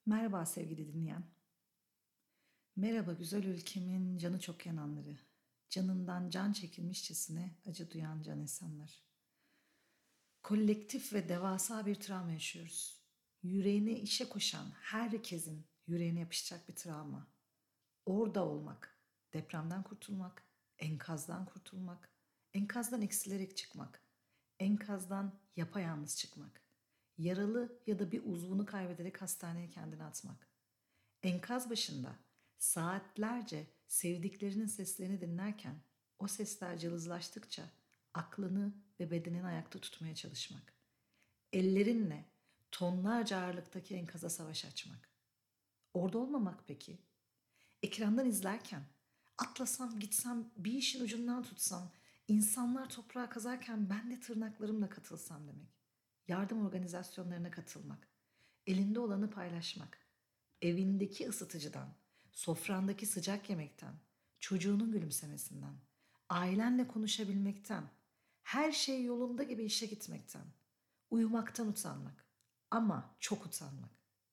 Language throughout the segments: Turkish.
Merhaba sevgili dinleyen. Merhaba güzel ülkemin canı çok yananları. Canından can çekilmişçesine acı duyan can insanlar. Kolektif ve devasa bir travma yaşıyoruz. Yüreğine işe koşan herkesin yüreğine yapışacak bir travma. Orada olmak, depremden kurtulmak, enkazdan kurtulmak, enkazdan eksilerek çıkmak, enkazdan yapayalnız çıkmak, yaralı ya da bir uzvunu kaybederek hastaneye kendini atmak. Enkaz başında saatlerce sevdiklerinin seslerini dinlerken o sesler cılızlaştıkça aklını ve bedenini ayakta tutmaya çalışmak. Ellerinle tonlarca ağırlıktaki enkaza savaş açmak. Orada olmamak peki? Ekrandan izlerken atlasam gitsem bir işin ucundan tutsam insanlar toprağa kazarken ben de tırnaklarımla katılsam demek. Yardım organizasyonlarına katılmak. Elinde olanı paylaşmak. Evindeki ısıtıcıdan, sofrandaki sıcak yemekten, çocuğunun gülümsemesinden, ailenle konuşabilmekten, her şey yolunda gibi işe gitmekten, uyumaktan utanmak ama çok utanmak.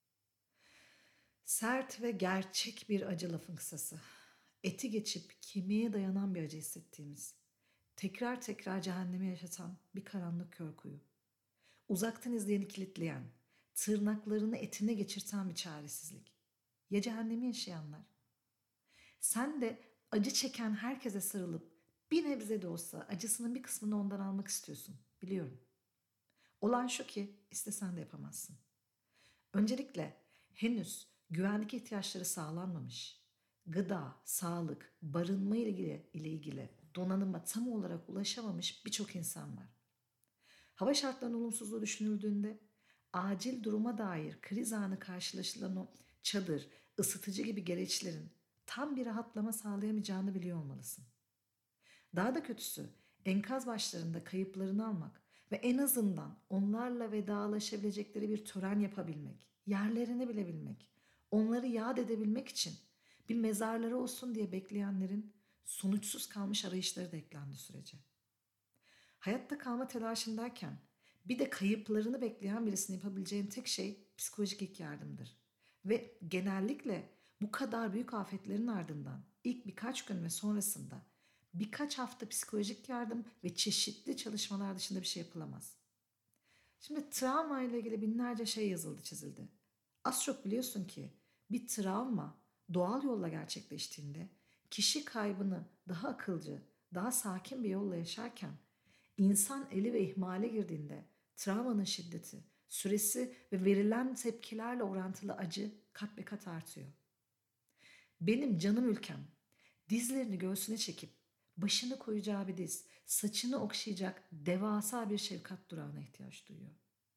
Sert ve gerçek bir acı lafın kısası. Eti geçip kemiğe dayanan bir acı hissettiğimiz, tekrar tekrar cehennemi yaşatan bir karanlık kör kuyu. Uzaktan izleyeni kilitleyen, tırnaklarını etine geçirten bir çaresizlik. Ya cehennemi yaşayanlar? Sen de acı çeken herkese sarılıp bir nebze de olsa acısının bir kısmını ondan almak istiyorsun. Biliyorum. Olan şu ki istesen de yapamazsın. Öncelikle henüz güvenlik ihtiyaçları sağlanmamış, gıda, sağlık, barınma ile ilgili donanıma tam olarak ulaşamamış birçok insan var. Hava şartlarının olumsuzluğu düşünüldüğünde acil duruma dair kriz anı karşılaşılan o çadır, ısıtıcı gibi gereçlerin tam bir rahatlama sağlayamayacağını biliyor olmalısın. Daha da kötüsü enkaz başlarında kayıplarını almak ve en azından onlarla vedalaşabilecekleri bir tören yapabilmek, yerlerini bilebilmek, onları yad edebilmek için bir mezarları olsun diye bekleyenlerin sonuçsuz kalmış arayışları da eklendi sürece. Hayatta kalma telaşındayken bir de kayıplarını bekleyen birisinin yapabileceğin tek şey psikolojik ilk yardımdır. Ve genellikle bu kadar büyük afetlerin ardından ilk birkaç gün ve sonrasında birkaç hafta psikolojik yardım ve çeşitli çalışmalar dışında bir şey yapılamaz. Şimdi travma ile ilgili binlerce şey yazıldı çizildi. Az çok biliyorsun ki bir travma doğal yolla gerçekleştiğinde kişi kaybını daha akılcı, daha sakin bir yolla yaşarken insan eli ve ihmale girdiğinde travmanın şiddeti, süresi ve verilen tepkilerle orantılı acı kat be kat artıyor. Benim canım ülkem dizlerini göğsüne çekip başını koyacağı bir diz, saçını okşayacak devasa bir şefkat durağına ihtiyaç duyuyor.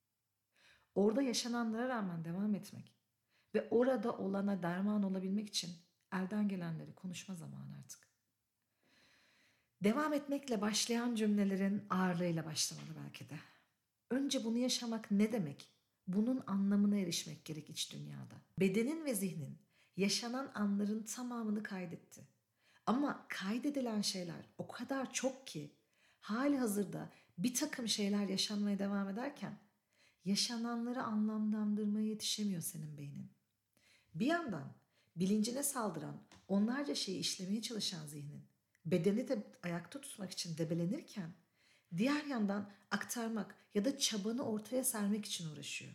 Orada yaşananlara rağmen devam etmek ve orada olana derman olabilmek için elden gelenleri konuşma zamanı artık. Devam etmekle başlayan cümlelerin ağırlığıyla başlamalı belki de. Önce bunu yaşamak ne demek? Bunun anlamına erişmek gerek iç dünyada. Bedenin ve zihnin yaşanan anların tamamını kaydetti. Ama kaydedilen şeyler o kadar çok ki hali hazırda bir takım şeyler yaşanmaya devam ederken yaşananları anlamlandırmaya yetişemiyor senin beynin. Bir yandan bilincine saldıran onlarca şeyi işlemeye çalışan zihnin bedeni de ayakta tutmak için debelenirken diğer yandan aktarmak ya da çabanı ortaya sermek için uğraşıyor.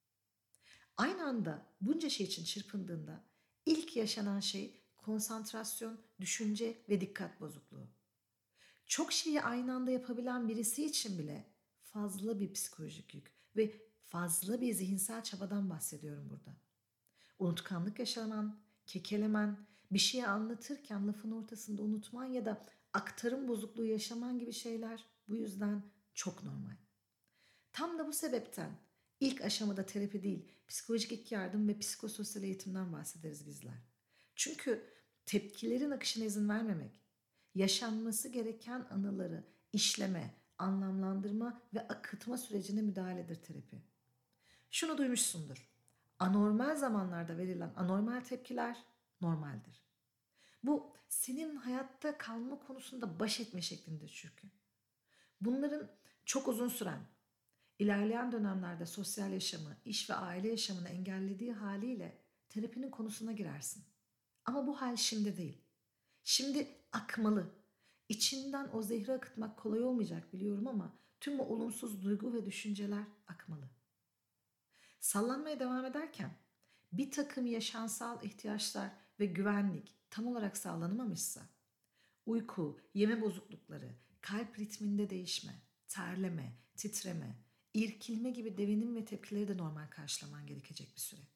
Aynı anda bunca şey için çırpındığında ilk yaşanan şey konsantrasyon, düşünce ve dikkat bozukluğu. Çok şeyi aynı anda yapabilen birisi için bile fazla bir psikolojik yük ve fazla bir zihinsel çabadan bahsediyorum burada. Unutkanlık yaşaman, kekelemen, bir şeyi anlatırken lafın ortasında unutman ya da aktarım bozukluğu yaşaman gibi şeyler bu yüzden çok normal. Tam da bu sebepten ilk aşamada terapi değil, psikolojik ilk yardım ve psikososyal eğitimden bahsederiz bizler. Çünkü tepkilerin akışına izin vermemek, yaşanması gereken anıları işleme, anlamlandırma ve akıtma sürecine müdahaledir terapi. Şunu duymuşsundur. Anormal zamanlarda verilen anormal tepkiler normaldir. Bu senin hayatta kalma konusunda baş etme şeklindedir çünkü. Bunların çok uzun süren, İlerleyen dönemlerde sosyal yaşamı, iş ve aile yaşamını engellediği haliyle terapinin konusuna girersin. Ama bu hal şimdi değil. Şimdi akmalı. İçinden o zehri akıtmak kolay olmayacak biliyorum ama tüm o olumsuz duygu ve düşünceler akmalı. Sallanmaya devam ederken bir takım yaşamsal ihtiyaçlar ve güvenlik tam olarak sağlanamamışsa, uyku, yeme bozuklukları, kalp ritminde değişme, terleme, titreme, irkilme gibi devinim ve tepkileri de normal karşılaman gerekecek bir süre.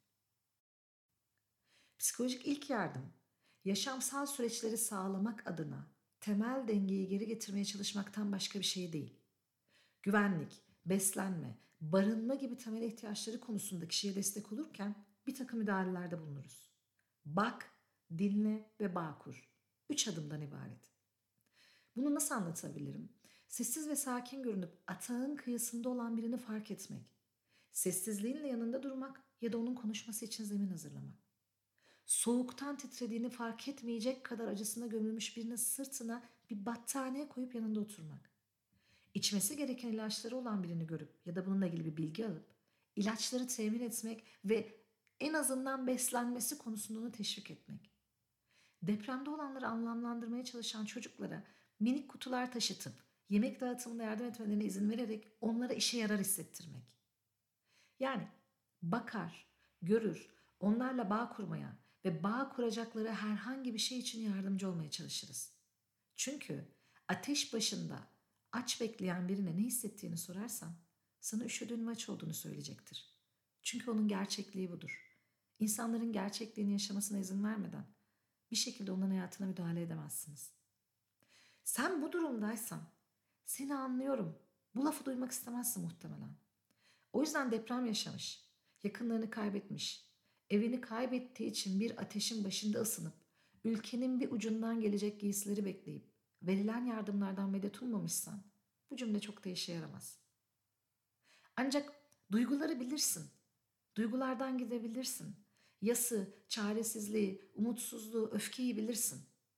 Psikolojik ilk yardım, yaşamsal süreçleri sağlamak adına temel dengeyi geri getirmeye çalışmaktan başka bir şey değil. Güvenlik, beslenme, barınma gibi temel ihtiyaçları konusunda kişiye destek olurken bir takım müdahalelerde bulunuruz. Bak, dinle ve bağ kur. 3 adımdan ibaret. Bunu nasıl anlatabilirim? Sessiz ve sakin görünüp atağın kıyısında olan birini fark etmek. Sessizliğinle yanında durmak ya da onun konuşması için zemin hazırlamak. Soğuktan titrediğini fark etmeyecek kadar acısına gömülmüş birinin sırtına bir battaniye koyup yanında oturmak. İçmesi gereken ilaçları olan birini görüp ya da bununla ilgili bir bilgi alıp ilaçları temin etmek ve en azından beslenmesi konusunda onu teşvik etmek. Depremde olanları anlamlandırmaya çalışan çocuklara minik kutular taşıtıp yemek dağıtımında yardım etmelerine izin vererek onlara işe yarar hissettirmek. Yani bakar, görür, onlarla bağ kurmaya ve bağ kuracakları herhangi bir şey için yardımcı olmaya çalışırız. Çünkü ateş başında aç bekleyen birine ne hissettiğini sorarsan sana üşüdüğün ve aç olduğunu söyleyecektir. Çünkü onun gerçekliği budur. İnsanların gerçekliğini yaşamasına izin vermeden bir şekilde onların hayatına müdahale edemezsiniz. Sen bu durumdaysan seni anlıyorum. Bu lafı duymak istemezsin muhtemelen. O yüzden deprem yaşamış, yakınlarını kaybetmiş, evini kaybettiği için bir ateşin başında ısınıp, ülkenin bir ucundan gelecek giysileri bekleyip, verilen yardımlardan medet ummamışsan, bu cümle çok da işe yaramaz. Ancak duyguları bilirsin, duygulardan gidebilirsin. Yası, çaresizliği, umutsuzluğu, öfkeyi bilirsin.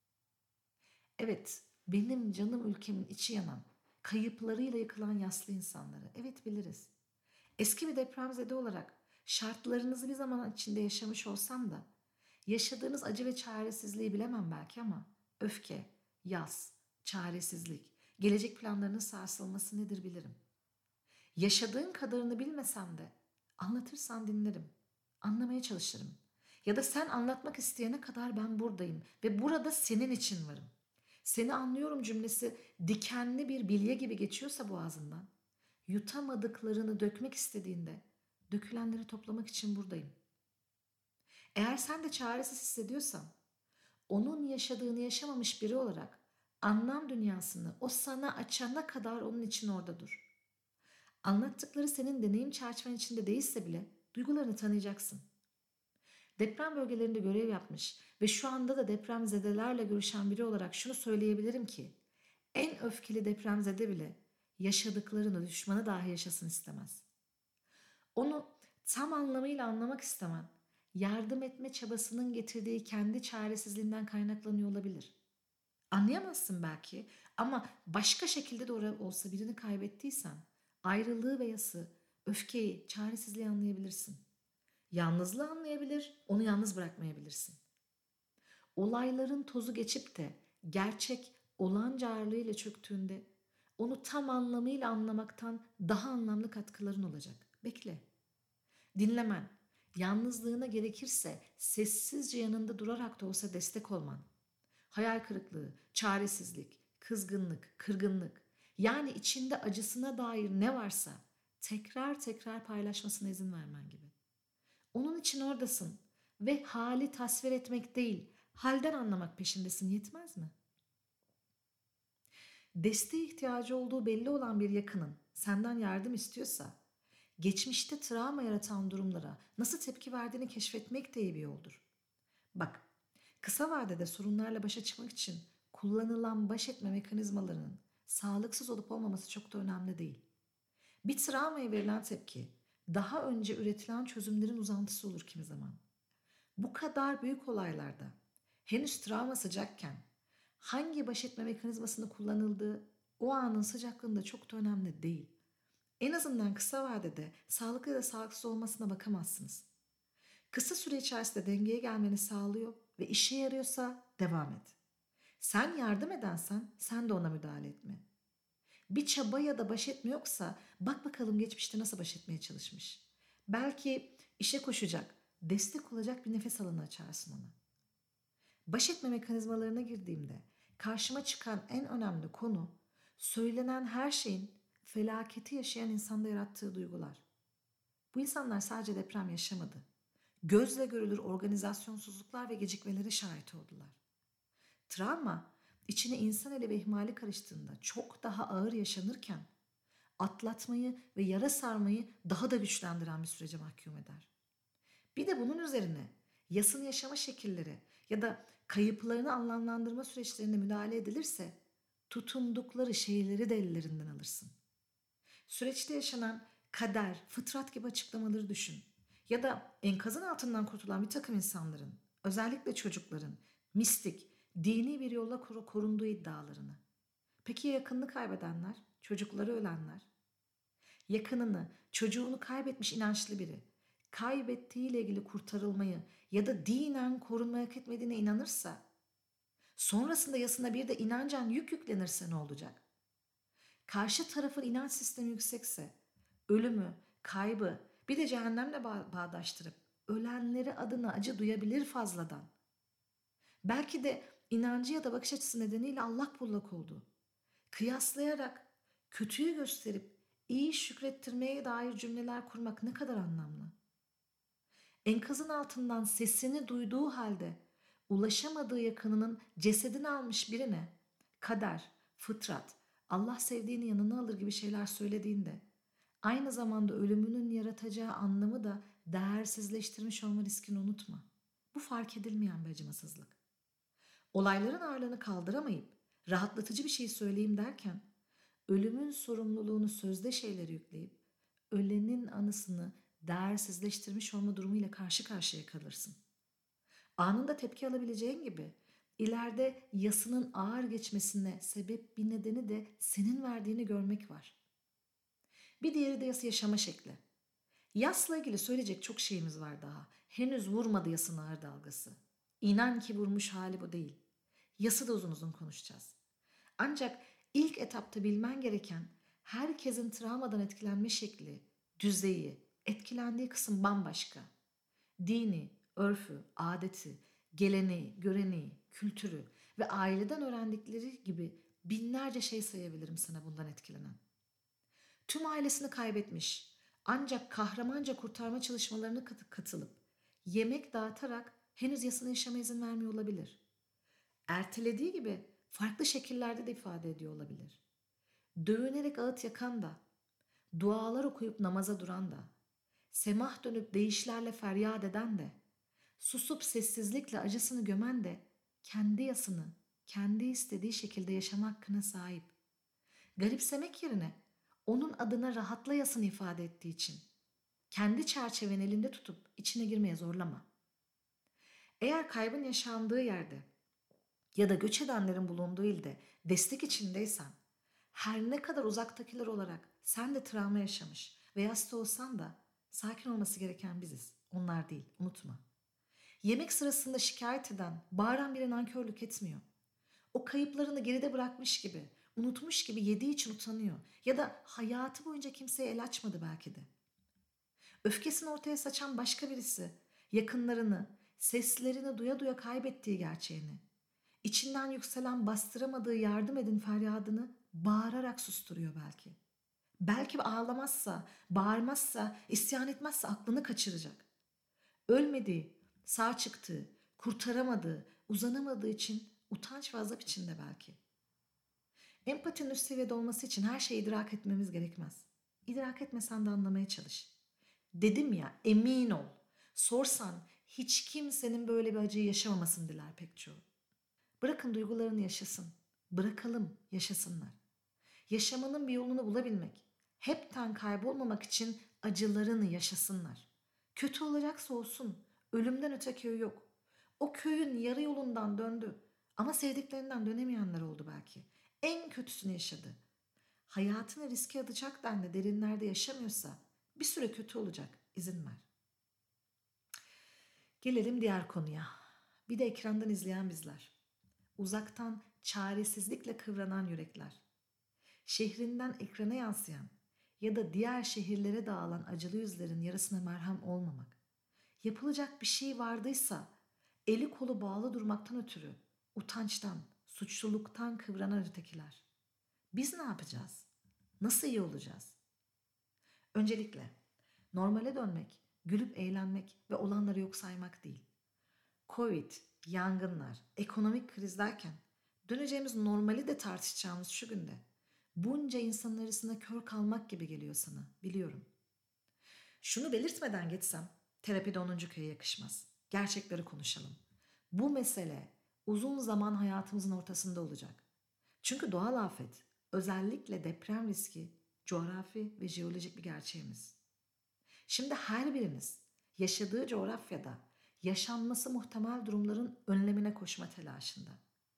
Evet, benim canım ülkemin içi yanan, kayıplarıyla yıkılan yaslı insanları, evet biliriz. Eski bir depremzede olarak şartlarınızı bir zaman içinde yaşamış olsam da yaşadığınız acı ve çaresizliği bilemem belki ama öfke, yas, çaresizlik, gelecek planlarının sarsılması nedir bilirim. Yaşadığın kadarını bilmesem de anlatırsan dinlerim, anlamaya çalışırım. Ya da sen anlatmak isteyene kadar ben buradayım ve burada senin için varım. Seni anlıyorum cümlesi dikenli bir bilye gibi geçiyorsa boğazından, yutamadıklarını dökmek istediğinde dökülenleri toplamak için buradayım. Eğer sen de çaresiz hissediyorsan, onun yaşadığını yaşamamış biri olarak anlam dünyasını o sana açana kadar onun için orada dur. Anlattıkları senin deneyim çerçeven içinde değilse bile duygularını tanıyacaksın. Deprem bölgelerinde görev yapmış ve şu anda da depremzedelerle görüşen biri olarak şunu söyleyebilirim ki en öfkeli depremzede bile yaşadıklarını düşmanı dahi yaşasın istemez. Onu tam anlamıyla anlamak istemen, yardım etme çabasının getirdiği kendi çaresizliğinden kaynaklanıyor olabilir. Anlayamazsın belki ama başka şekilde de olsa birini kaybettiysen ayrılığı ve yası, öfkeyi, çaresizliği anlayabilirsin. Yalnızlığı anlayabilir, onu yalnız bırakmayabilirsin. Olayların tozu geçip de gerçek olanca ağırlığıyla çöktüğünde onu tam anlamıyla anlamaktan daha anlamlı katkıların olacak. Bekle. Dinlemen, yalnızlığına gerekirse sessizce yanında durarak da olsa destek olman, hayal kırıklığı, çaresizlik, kızgınlık, kırgınlık, yani içinde acısına dair ne varsa tekrar tekrar paylaşmasına izin vermen gibi. Onun için oradasın ve hali tasvir etmek değil, halden anlamak peşindesin, yetmez mi? Desteğe ihtiyacı olduğu belli olan bir yakının senden yardım istiyorsa, geçmişte travma yaratan durumlara nasıl tepki verdiğini keşfetmek de iyi bir yoldur. Bak, kısa vadede sorunlarla başa çıkmak için kullanılan baş etme mekanizmalarının sağlıksız olup olmaması çok da önemli değil. Bir travmaya verilen tepki daha önce üretilen çözümlerin uzantısı olur kimi zaman. Bu kadar büyük olaylarda henüz travma sıcakken hangi baş etme mekanizmasını kullanıldığı o anın sıcaklığında çok da önemli değil. En azından kısa vadede sağlıklı ya da sağlıksız olmasına bakamazsınız. Kısa süre içerisinde dengeye gelmeni sağlıyor ve işe yarıyorsa devam et. Sen yardım edensen sen de ona müdahale etme. Bir çaba ya da baş etme yoksa bak bakalım geçmişte nasıl baş etmeye çalışmış. Belki işe koşacak, destek olacak bir nefes alanı açarsın ona. Baş etme mekanizmalarına girdiğimde karşıma çıkan en önemli konu söylenen her şeyin felaketi yaşayan insanda yarattığı duygular. Bu insanlar sadece deprem yaşamadı. Gözle görülür organizasyonsuzluklar ve gecikmelere şahit oldular. Travma içine insan eli ve ihmali karıştığında çok daha ağır yaşanırken atlatmayı ve yara sarmayı daha da güçlendiren bir sürece mahkum eder. Bir de bunun üzerine yasını yaşama şekilleri ya da kayıplarını anlamlandırma süreçlerine müdahale edilirse tutundukları şeyleri de ellerinden alırsın. Süreçte yaşanan kader, fıtrat gibi açıklamaları düşün. Ya da enkazın altından kurtulan bir takım insanların, özellikle çocukların, mistik, dini bir yolla korunduğu iddialarını. Peki ya yakınını kaybedenler, çocukları ölenler? Yakınını, çocuğunu kaybetmiş inançlı biri, kaybettiğiyle ilgili kurtarılmayı ya da dinen korunmayı hak etmediğine inanırsa, sonrasında yasına bir de inancın yük yüklenirse ne olacak? Karşı tarafın inanç sistemi yüksekse, ölümü, kaybı bir de cehennemle bağdaştırıp ölenleri adına acı duyabilir fazladan. Belki de inancı ya da bakış açısı nedeniyle allak bullak oldu. Kıyaslayarak kötüyü gösterip iyi şükrettirmeye dair cümleler kurmak ne kadar anlamlı. Enkazın altından sesini duyduğu halde ulaşamadığı yakınının cesedini almış birine kader, fıtrat, Allah sevdiğini yanına alır gibi şeyler söylediğinde aynı zamanda ölümünün yaratacağı anlamı da değersizleştirmiş olma riskini unutma. Bu fark edilmeyen bir acımasızlık. Olayların ağırlığını kaldıramayıp rahatlatıcı bir şey söyleyeyim derken ölümün sorumluluğunu sözde şeylere yükleyip ölenin anısını değersizleştirmiş olma durumuyla karşı karşıya kalırsın. Anında tepki alabileceğin gibi ileride yasının ağır geçmesine sebep bir nedeni de senin verdiğini görmek var. Bir diğeri de yas yaşama şekli. Yasla ilgili söyleyecek çok şeyimiz var daha. Henüz vurmadı yasın ağır dalgası. İnan ki vurmuş hali bu değil. Yası da uzun uzun konuşacağız. Ancak ilk etapta bilmen gereken herkesin travmadan etkilenme şekli, düzeyi, etkilendiği kısım bambaşka. Dini, örfü, adeti, geleneği, göreneği, kültürü ve aileden öğrendikleri gibi binlerce şey sayabilirim sana bundan etkilenen. Tüm ailesini kaybetmiş ancak kahramanca kurtarma çalışmalarına katılıp yemek dağıtarak henüz yasını yaşama izin vermiyor olabilir. Ertelediği gibi farklı şekillerde de ifade ediyor olabilir. Dövünerek ağıt yakan da, dualar okuyup namaza duran da, semah dönüp deyişlerle feryat eden de, susup sessizlikle acısını gömen de kendi yasını, kendi istediği şekilde yaşama hakkına sahip. Garipsemek yerine onun adına rahatla yasını ifade ettiği için kendi çerçeveni elinde tutup içine girmeye zorlama. Eğer kaybın yaşandığı yerde ya da göç edenlerin bulunduğu ilde destek içindeysen, her ne kadar uzaktakiler olarak sen de travma yaşamış ve hasta olsan da sakin olması gereken biziz. Onlar değil, unutma. Yemek sırasında şikayet eden, bağıran biri nankörlük etmiyor. O kayıplarını geride bırakmış gibi, unutmuş gibi yediği için utanıyor. Ya da hayatı boyunca kimseye el açmadı belki de. Öfkesini ortaya saçan başka birisi, yakınlarını, seslerini duya duya kaybettiği gerçeğini, içinden yükselen bastıramadığı yardım edin feryadını bağırarak susturuyor belki. Belki ağlamazsa, bağırmazsa, isyan etmezse aklını kaçıracak. Ölmediği, sağ çıktığı, kurtaramadığı, uzanamadığı için utanç ve azap içinde belki. Empatinin üst seviyede olması için her şeyi idrak etmemiz gerekmez. İdrak etmesen de anlamaya çalış. Dedim ya, emin ol. Sorsan hiç kimsenin böyle bir acıyı yaşamamasını diler pek çoğu. Bırakın duygularını yaşasın. Bırakalım yaşasınlar. Yaşamanın bir yolunu bulabilmek, hepten kaybolmamak için acılarını yaşasınlar. Kötü olacaksa olsun, ölümden öte köy yok. O köyün yarı yolundan döndü ama sevdiklerinden dönemeyenler oldu belki. En kötüsünü yaşadı. Hayatını riske atacak denli derinlerde yaşamıyorsa bir süre kötü olacak. İzin ver. Gelelim diğer konuya. Bir de ekrandan izleyen bizler. Uzaktan çaresizlikle kıvranan yürekler. Şehrinden ekrana yansıyan ya da diğer şehirlere dağılan acılı yüzlerin yarısına merhem olmamak. Yapılacak bir şey vardıysa eli kolu bağlı durmaktan ötürü utançtan, suçluluktan kıvranan ötekiler. Biz ne yapacağız? Nasıl iyi olacağız? Öncelikle normale dönmek, gülüp eğlenmek ve olanları yok saymak değil. Covid, yangınlar, ekonomik kriz derken döneceğimiz normali de tartışacağımız şu günde bunca insanın arasında kör kalmak gibi geliyor sana, biliyorum. Şunu belirtmeden geçsem terapide 10. köye yakışmaz. Gerçekleri konuşalım. Bu mesele uzun zaman hayatımızın ortasında olacak. Çünkü doğal afet, özellikle deprem riski coğrafi ve jeolojik bir gerçeğimiz. Şimdi her birimiz yaşadığı coğrafyada yaşanması muhtemel durumların önlemine koşma telaşında.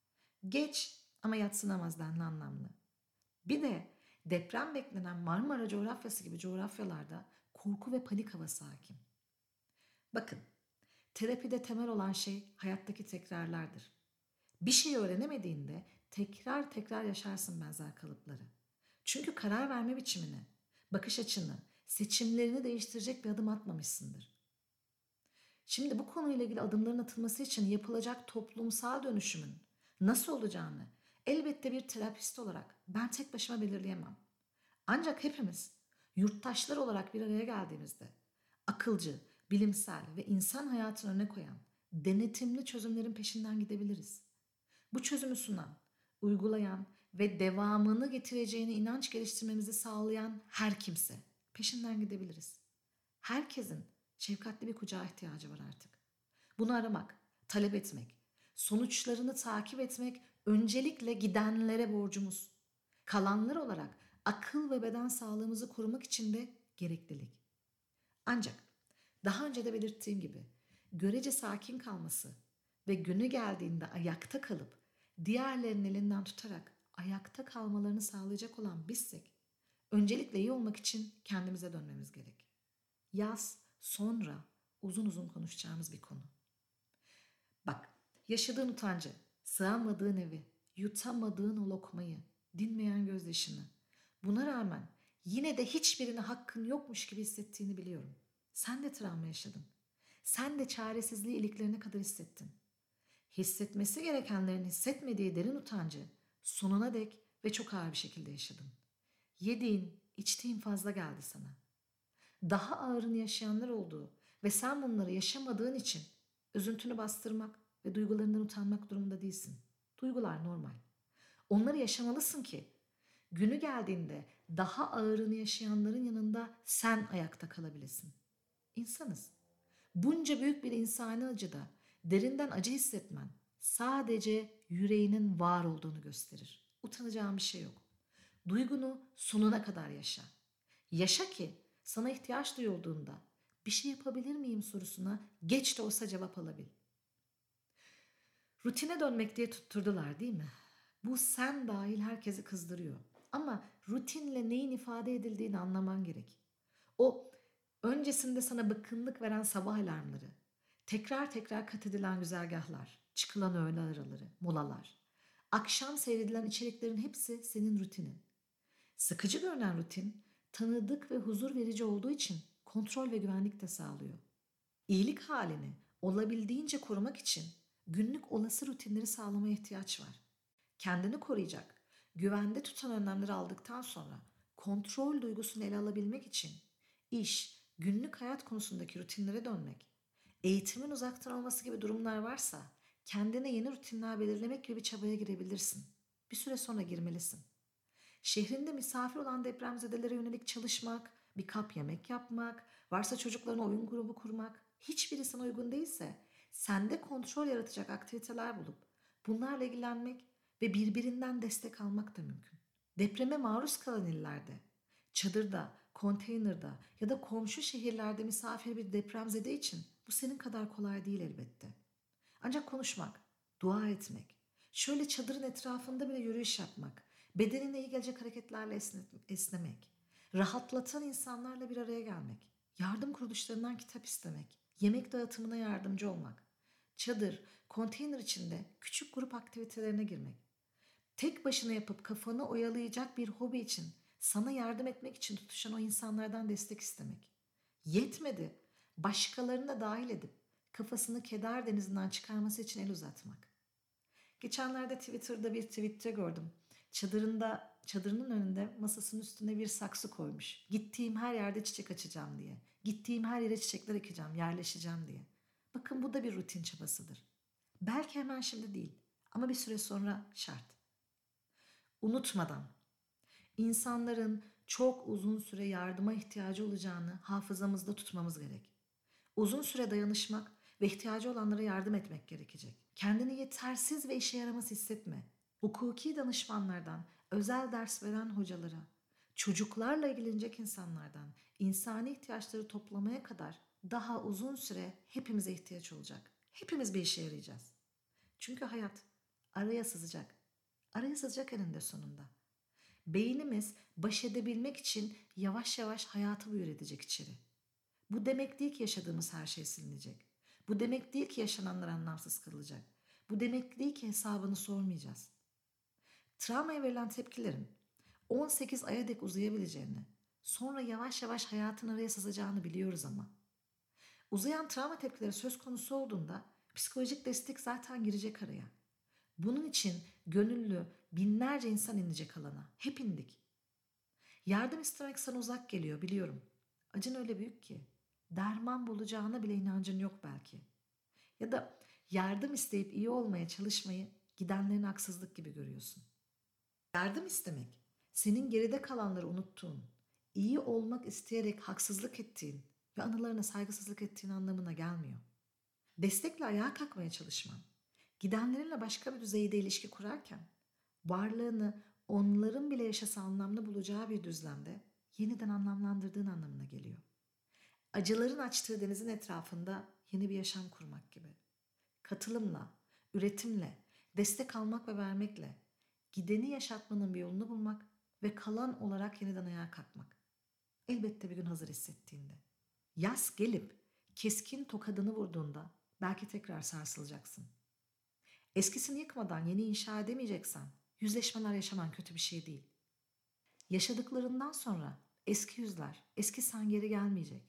Geç ama yadsınamaz denli anlamlı. Bir de deprem beklenen Marmara coğrafyası gibi coğrafyalarda korku ve panik havası hakim. Bakın, terapide temel olan şey hayattaki tekrarlardır. Bir şey öğrenemediğinde tekrar tekrar yaşarsın benzer kalıpları. Çünkü karar verme biçimini, bakış açını, seçimlerini değiştirecek bir adım atmamışsındır. Şimdi bu konuyla ilgili adımların atılması için yapılacak toplumsal dönüşümün nasıl olacağını elbette bir terapist olarak ben tek başıma belirleyemem. Ancak hepimiz yurttaşlar olarak bir araya geldiğimizde akılcı, bilimsel ve insan hayatını öne koyan denetimli çözümlerin peşinden gidebiliriz. Bu çözümü sunan, uygulayan ve devamını getireceğine inanç geliştirmemizi sağlayan her kimse peşinden gidebiliriz. Herkesin şefkatli bir kucağa ihtiyacı var artık. Bunu aramak, talep etmek, sonuçlarını takip etmek öncelikle gidenlere borcumuz. Kalanlar olarak akıl ve beden sağlığımızı korumak için de gereklilik. Ancak daha önce de belirttiğim gibi görece sakin kalması ve günü geldiğinde ayakta kalıp diğerlerinin elinden tutarak ayakta kalmalarını sağlayacak olan bizsek öncelikle iyi olmak için kendimize dönmemiz gerek. Yaz sonra uzun uzun konuşacağımız bir konu. Bak, yaşadığın utancı, sığamadığın evi, yutamadığın o lokmayı, dinmeyen gözyaşını, buna rağmen yine de hiçbirine hakkın yokmuş gibi hissettiğini biliyorum. Sen de travma yaşadın. Sen de çaresizliği iliklerine kadar hissettin. Hissetmesi gerekenlerin hissetmediği derin utancı sonuna dek ve çok ağır bir şekilde yaşadın. Yediğin, içtiğin fazla geldi sana. Daha ağırını yaşayanlar olduğu ve sen bunları yaşamadığın için üzüntünü bastırmak ve duygularından utanmak durumunda değilsin. Duygular normal. Onları yaşamalısın ki günü geldiğinde daha ağırını yaşayanların yanında sen ayakta kalabilesin. İnsanız. Bunca büyük bir insani acıda derinden acı hissetmen sadece yüreğinin var olduğunu gösterir. Utanacağın bir şey yok. Duygunu sonuna kadar yaşa. Yaşa ki sana ihtiyaç duyulduğunda bir şey yapabilir miyim sorusuna geç de olsa cevap alabil. Rutine dönmek diye tutturdular değil mi? Bu sen dahil herkesi kızdırıyor. Ama rutinle neyin ifade edildiğini anlaman gerek. O öncesinde sana bıkkınlık veren sabah alarmları, tekrar tekrar kat edilen güzergahlar, çıkılan öğle araları, molalar, akşam seyredilen içeriklerin hepsi senin rutinin. Sıkıcı görünen rutin, tanıdık ve huzur verici olduğu için kontrol ve güvenlik de sağlıyor. İyilik halini olabildiğince korumak için günlük olası rutinleri sağlamaya ihtiyaç var. Kendini koruyacak, güvende tutan önlemleri aldıktan sonra kontrol duygusunu ele alabilmek için iş, günlük hayat konusundaki rutinlere dönmek, eğitimin uzaktan olması gibi durumlar varsa kendine yeni rutinler belirlemek gibi bir çabaya girebilirsin. Bir süre sonra girmelisin. Şehrinde misafir olan depremzedelere yönelik çalışmak, bir kap yemek yapmak, varsa çocuklarına oyun grubu kurmak, hiçbiri sana uygun değilse sende kontrol yaratacak aktiviteler bulup bunlarla ilgilenmek ve birbirinden destek almak da mümkün. Depreme maruz kalan illerde, çadırda, konteynerda ya da komşu şehirlerde misafir bir depremzede için bu senin kadar kolay değil elbette. Ancak konuşmak, dua etmek, şöyle çadırın etrafında bile yürüyüş yapmak, Bedenine iyi gelecek hareketlerle esnemek, rahatlatan insanlarla bir araya gelmek, yardım kuruluşlarından kitap istemek, yemek dağıtımına yardımcı olmak, çadır, konteyner içinde küçük grup aktivitelerine girmek, tek başına yapıp kafanı oyalayacak bir hobi için, sana yardım etmek için tutuşan o insanlardan destek istemek. Yetmedi, başkalarını da dahil edip kafasını keder denizinden çıkarması için el uzatmak. Geçenlerde Twitter'da bir tweette gördüm. Çadırının önünde masasının üstüne bir saksı koymuş. Gittiğim her yerde çiçek açacağım diye. Gittiğim her yere çiçekler ekeceğim, yerleşeceğim diye. Bakın bu da bir rutin çabasıdır. Belki hemen şimdi değil ama bir süre sonra şart. Unutmadan, insanların çok uzun süre yardıma ihtiyacı olacağını hafızamızda tutmamız gerek. Uzun süre dayanışmak ve ihtiyacı olanlara yardım etmek gerekecek. Kendini yetersiz ve işe yaramaz hissetme. Hukuki danışmanlardan, özel ders veren hocalara, çocuklarla ilgilenecek insanlardan, insani ihtiyaçları toplamaya kadar daha uzun süre hepimize ihtiyaç olacak. Hepimiz bir işe yarayacağız. Çünkü hayat araya sızacak. Araya sızacak eninde sonunda. Beynimiz baş edebilmek için yavaş yavaş hayatı buyur edecek içeri. Bu demek değil ki yaşadığımız her şey silinecek. Bu demek değil ki yaşananlar anlamsız kılacak. Bu demek değil ki hesabını sormayacağız. Travmaya verilen tepkilerin 18 aya dek uzayabileceğini, sonra yavaş yavaş hayatın araya sızacağını biliyoruz ama. Uzayan travma tepkileri söz konusu olduğunda psikolojik destek zaten girecek araya. Bunun için gönüllü binlerce insan inecek alana. Hep indik. Yardım istemek sana uzak geliyor biliyorum. Acın öyle büyük ki. Derman bulacağına bile inancın yok belki. Ya da yardım isteyip iyi olmaya çalışmayı gidenlerin haksızlık gibi görüyorsun. Yardım istemek, senin geride kalanları unuttuğun, iyi olmak isteyerek haksızlık ettiğin ve anılarına saygısızlık ettiğin anlamına gelmiyor. Destekle ayağa kalkmaya çalışman, gidenlerinle başka bir düzeyde ilişki kurarken, varlığını onların bile yaşasa anlamlı bulacağı bir düzlemde yeniden anlamlandırdığın anlamına geliyor. Acıların açtığı denizin etrafında yeni bir yaşam kurmak gibi. Katılımla, üretimle, destek almak ve vermekle, gideni yaşatmanın bir yolunu bulmak ve kalan olarak yeniden ayağa kalkmak. Elbette bir gün hazır hissettiğinde. Yaz gelip keskin tokadını vurduğunda belki tekrar sarsılacaksın. Eskisini yıkmadan yeni inşa edemeyeceksen yüzleşmeler yaşaman kötü bir şey değil. Yaşadıklarından sonra eski yüzler, eski sen geri gelmeyecek.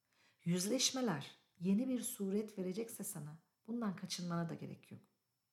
Yüzleşmeler yeni bir suret verecekse sana bundan kaçınmana da gerek yok.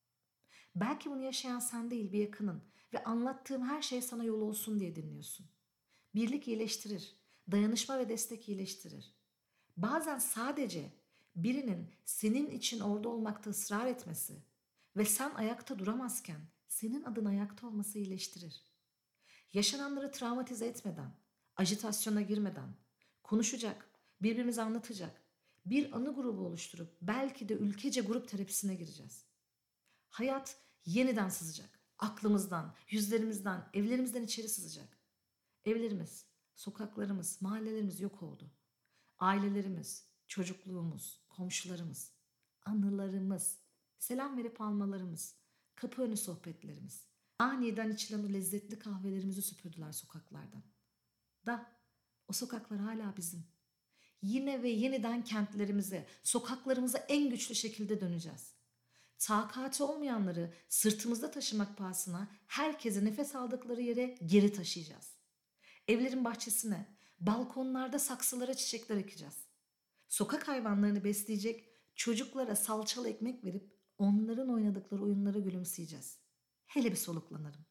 Belki bunu yaşayan sen değil bir yakının ve anlattığım her şey sana yol olsun diye dinliyorsun. Birlik iyileştirir, dayanışma ve destek iyileştirir. Bazen sadece birinin senin için orada olmakta ısrar etmesi ve sen ayakta duramazken senin adın ayakta olması iyileştirir. Yaşananları travmatize etmeden, ajitasyona girmeden, konuşacak, birbirimize anlatacak, bir anı grubu oluşturup belki de ülkece grup terapisine gireceğiz. Hayat yeniden sızacak. Aklımızdan, yüzlerimizden, evlerimizden içeri sızacak. Evlerimiz, sokaklarımız, mahallelerimiz yok oldu. Ailelerimiz, çocukluğumuz, komşularımız, anılarımız, selam verip almalarımız, kapı önü sohbetlerimiz, aniden içilen o lezzetli kahvelerimizi süpürdüler sokaklardan. Da o sokaklar hala bizim. Yine ve yeniden kentlerimize, sokaklarımıza en güçlü şekilde döneceğiz. Takati olmayanları sırtımızda taşımak pahasına herkese nefes aldıkları yere geri taşıyacağız. Evlerin bahçesine, balkonlarda saksılara çiçekler ekeceğiz. Sokak hayvanlarını besleyecek çocuklara salçalı ekmek verip onların oynadıkları oyunlara gülümseyeceğiz. Hele bir soluklanırım.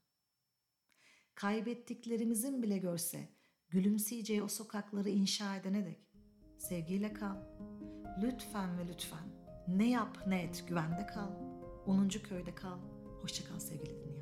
Kaybettiklerimizin bile görse gülümseyeceği o sokakları inşa edene dek sevgiyle kal. Lütfen ve lütfen ne yap ne et güvende kal. 10. köyde kal. Hoşça kal sevgili dinleyen.